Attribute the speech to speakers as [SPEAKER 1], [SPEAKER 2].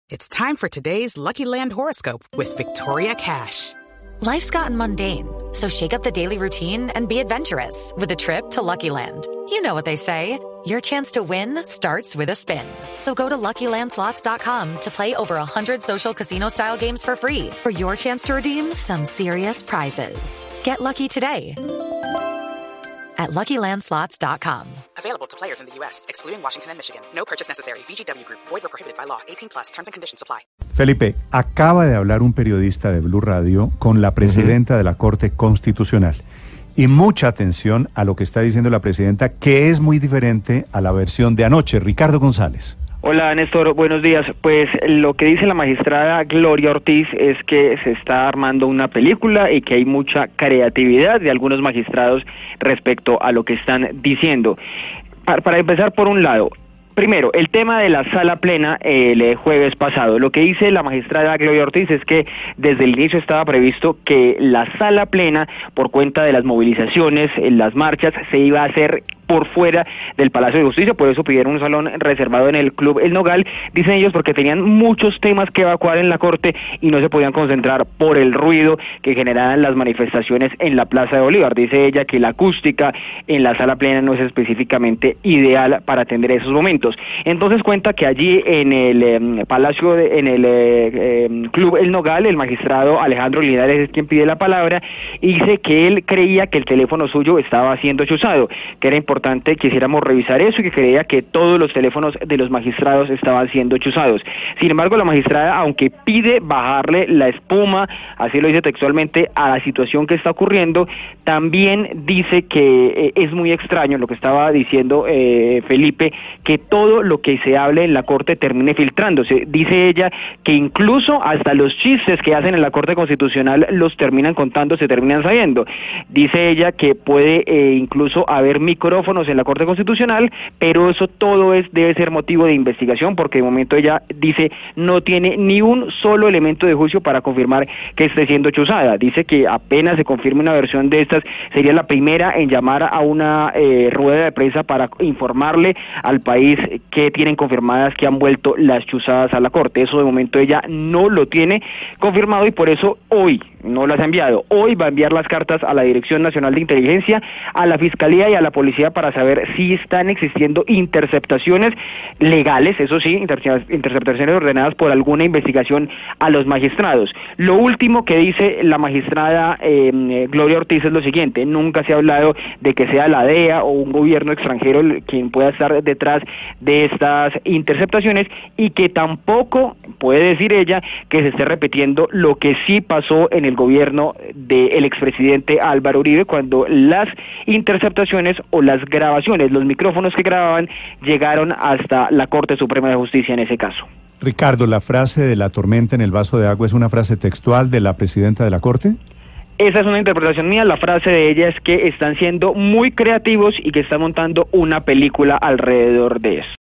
[SPEAKER 1] It's time for today's Lucky Land horoscope with Victoria Cash.
[SPEAKER 2] Life's gotten mundane, so shake up the daily routine and be adventurous with a trip to Lucky Land. You know what they say, your chance to win starts with a spin. So go to LuckyLandSlots.com to play over 100 social casino-style games for free for your chance to redeem some serious prizes. Get lucky today at LuckyLandSlots.com.
[SPEAKER 1] Available to players in the U.S., excluding Washington and Michigan. No purchase necessary. VGW Group. Void or prohibited by law. 18+. Terms and conditions apply.
[SPEAKER 3] Felipe, acaba de hablar un periodista de Blue Radio con la presidenta de la Corte Constitucional. Y mucha atención a lo que está diciendo la presidenta, que es muy diferente a la versión de anoche. Ricardo González.
[SPEAKER 4] Hola Néstor, buenos días. Pues lo que dice la magistrada Gloria Ortiz es que se está armando una película y que hay mucha creatividad de algunos magistrados respecto a lo que están diciendo. Para empezar, por un lado, primero, el tema de la sala plena el jueves pasado. Lo que dice la magistrada Gloria Ortiz es que desde el inicio estaba previsto que la sala plena, por cuenta de las movilizaciones, las marchas, se iba a hacer por fuera del Palacio de Justicia, por eso pidieron un salón reservado en el Club El Nogal, dicen ellos, porque tenían muchos temas que evacuar en la Corte y no se podían concentrar por el ruido que generaban las manifestaciones en la Plaza de Bolívar. Dice ella que la acústica en la sala plena no es específicamente ideal para atender esos momentos. Entonces cuenta que allí en el Palacio, en el Club El Nogal, el magistrado Alejandro Linares es quien pide la palabra y dice que él creía que el teléfono suyo estaba siendo chuzado, que era importante que hiciéramos revisar eso y que creía que todos los teléfonos de los magistrados estaban siendo chuzados. Sin embargo, la magistrada, aunque pide bajarle la espuma, así lo dice textualmente, a la situación que está ocurriendo, también dice que es muy extraño lo que estaba diciendo Felipe, que todo lo que se hable en la Corte termine filtrándose. Dice ella que incluso hasta los chistes que hacen en la Corte Constitucional los terminan contando, se terminan sabiendo. Dice ella que puede incluso haber micrófonos en la Corte Constitucional, pero eso todo debe ser motivo de investigación, porque de momento ella dice no tiene ni un solo elemento de juicio para confirmar que esté siendo chuzada. Dice que apenas se confirme una versión de estas, sería la primera en llamar a una rueda de prensa para informarle al país que tienen confirmadas que han vuelto las chuzadas a la Corte. Eso de momento ella no lo tiene confirmado y por eso hoy no las ha enviado. Hoy va a enviar las cartas a la Dirección Nacional de Inteligencia, a la Fiscalía y a la Policía para saber si están existiendo interceptaciones legales, eso sí, interceptaciones ordenadas por alguna investigación a los magistrados. Lo último que dice la magistrada Gloria Ortiz es lo siguiente: nunca se ha hablado de que sea la DEA o un gobierno extranjero quien pueda estar detrás de estas interceptaciones y que tampoco puede decir ella que se esté repitiendo lo que sí pasó en el gobierno del expresidente Álvaro Uribe, cuando las interceptaciones o las grabaciones, los micrófonos que grababan, llegaron hasta la Corte Suprema de Justicia en ese caso.
[SPEAKER 3] Ricardo, ¿la frase de la tormenta en el vaso de agua es una frase textual de la presidenta de la Corte?
[SPEAKER 4] Esa es una interpretación mía. La frase de ella es que están siendo muy creativos y que están montando una película alrededor de eso.